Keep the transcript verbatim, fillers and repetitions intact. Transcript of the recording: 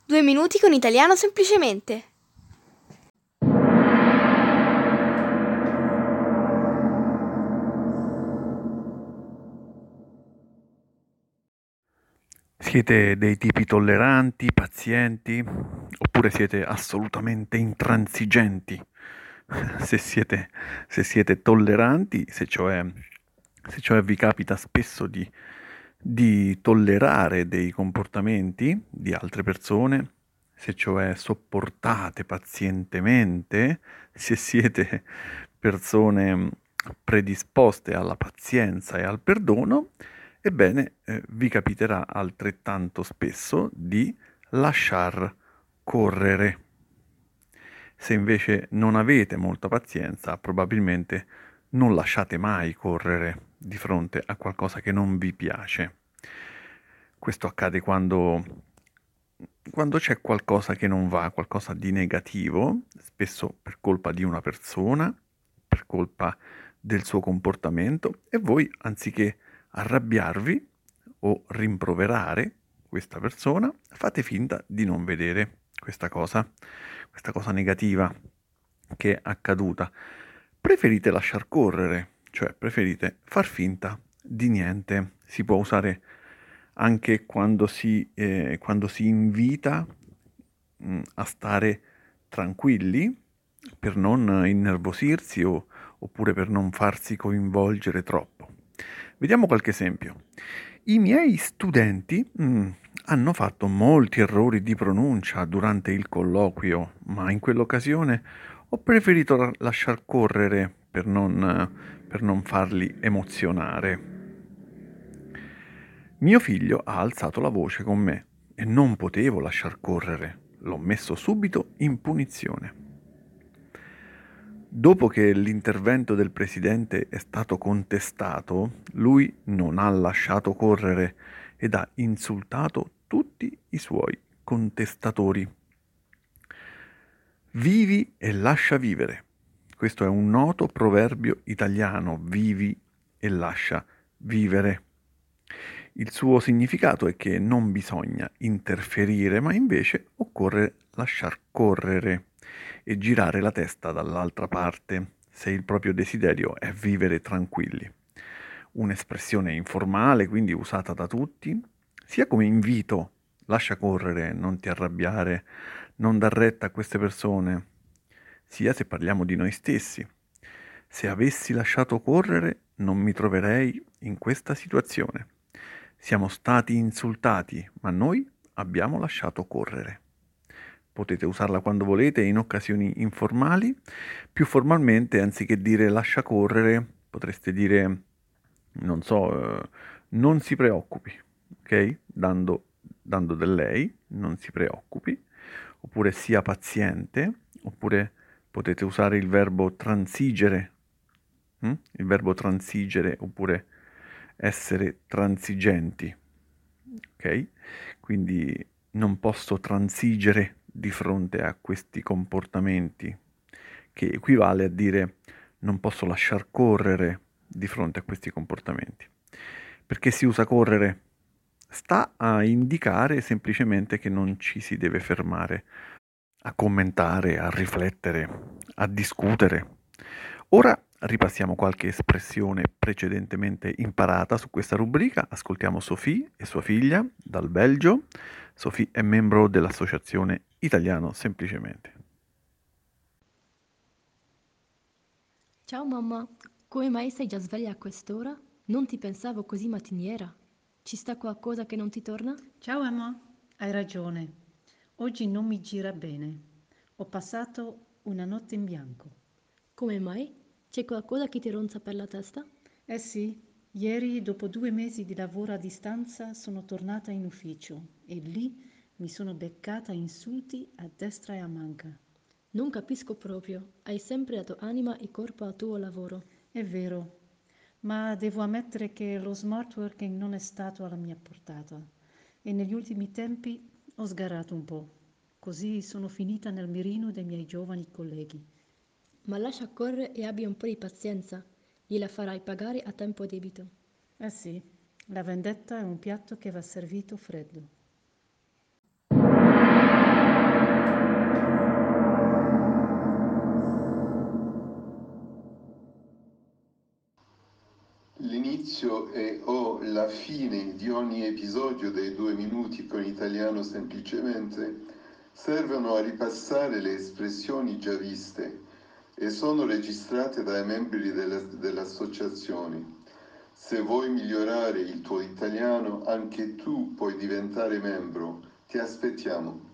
Due minuti con italiano semplicemente. Siete dei tipi tolleranti, pazienti, oppure siete assolutamente intransigenti? Se siete, se siete tolleranti, se cioè, se cioè vi capita spesso di, di tollerare dei comportamenti di altre persone, se cioè sopportate pazientemente, se siete persone predisposte alla pazienza e al perdono, ebbene, eh, vi capiterà altrettanto spesso di lasciar correre. Se invece non avete molta pazienza, probabilmente non lasciate mai correre di fronte a qualcosa che non vi piace. Questo accade quando, quando c'è qualcosa che non va, qualcosa di negativo, spesso per colpa di una persona, per colpa del suo comportamento, e voi, anziché arrabbiarvi o rimproverare questa persona, fate finta di non vedere questa cosa, questa cosa negativa che è accaduta. Preferite lasciar correre, cioè preferite far finta di niente. Si può usare anche quando si, eh, quando si invita mh, a stare tranquilli per non innervosirsi o, oppure per non farsi coinvolgere troppo. Vediamo qualche esempio. I miei studenti mh, hanno fatto molti errori di pronuncia durante il colloquio, ma in quell'occasione ho preferito la- lasciar correre per non, per non farli emozionare. Mio figlio ha alzato la voce con me e non potevo lasciar correre. L'ho messo subito in punizione. Dopo che l'intervento del presidente è stato contestato, lui non ha lasciato correre ed ha insultato tutti i suoi contestatori. Vivi e lascia vivere. Questo è un noto proverbio italiano, vivi e lascia vivere. Il suo significato è che non bisogna interferire, ma invece occorre lasciar correre e girare la testa dall'altra parte, se il proprio desiderio è vivere tranquilli. Un'espressione informale, quindi usata da tutti, sia come invito, lascia correre, non ti arrabbiare, non dar retta a queste persone, sia se parliamo di noi stessi. Se avessi lasciato correre, non mi troverei in questa situazione. Siamo stati insultati, ma noi abbiamo lasciato correre. Potete usarla quando volete in occasioni informali. Più formalmente, anziché dire lascia correre, potreste dire, non so, eh, non si preoccupi, ok? Dando, dando del lei, non si preoccupi, oppure sia paziente, oppure potete usare il verbo transigere, hm? Il verbo transigere, oppure essere transigenti, ok? Quindi non posso transigere di fronte a questi comportamenti, che equivale a dire non posso lasciar correre di fronte a questi comportamenti. Perché si usa correre? Sta a indicare semplicemente che non ci si deve fermare a commentare, a riflettere, a discutere. Ora ripassiamo qualche espressione precedentemente imparata su questa rubrica. Ascoltiamo Sophie e sua figlia dal Belgio. Sophie è membro dell'Associazione Italiano Semplicemente. Ciao mamma, come mai sei già sveglia a quest'ora? Non ti pensavo così mattiniera. Ci sta qualcosa che non ti torna? Ciao Emma, hai ragione. Oggi non mi gira bene. Ho passato una notte in bianco. Come mai? C'è qualcosa che ti ronza per la testa? Eh sì, ieri dopo due mesi di lavoro a distanza sono tornata in ufficio e lì mi sono beccata insulti a destra e a manca. Non capisco proprio. Hai sempre dato anima e corpo al tuo lavoro. È vero, ma devo ammettere che lo smart working non è stato alla mia portata e negli ultimi tempi ho sgarato un po'. Così sono finita nel mirino dei miei giovani colleghi. Ma lascia correre e abbi un po' di pazienza. Gliela farai pagare a tempo debito. Eh sì, la vendetta è un piatto che va servito freddo. L'inizio e o la fine di ogni episodio dei due minuti con italiano semplicemente servono a ripassare le espressioni già viste e sono registrate dai membri delle, delle associazioni. Se vuoi migliorare il tuo italiano, anche tu puoi diventare membro. Ti aspettiamo.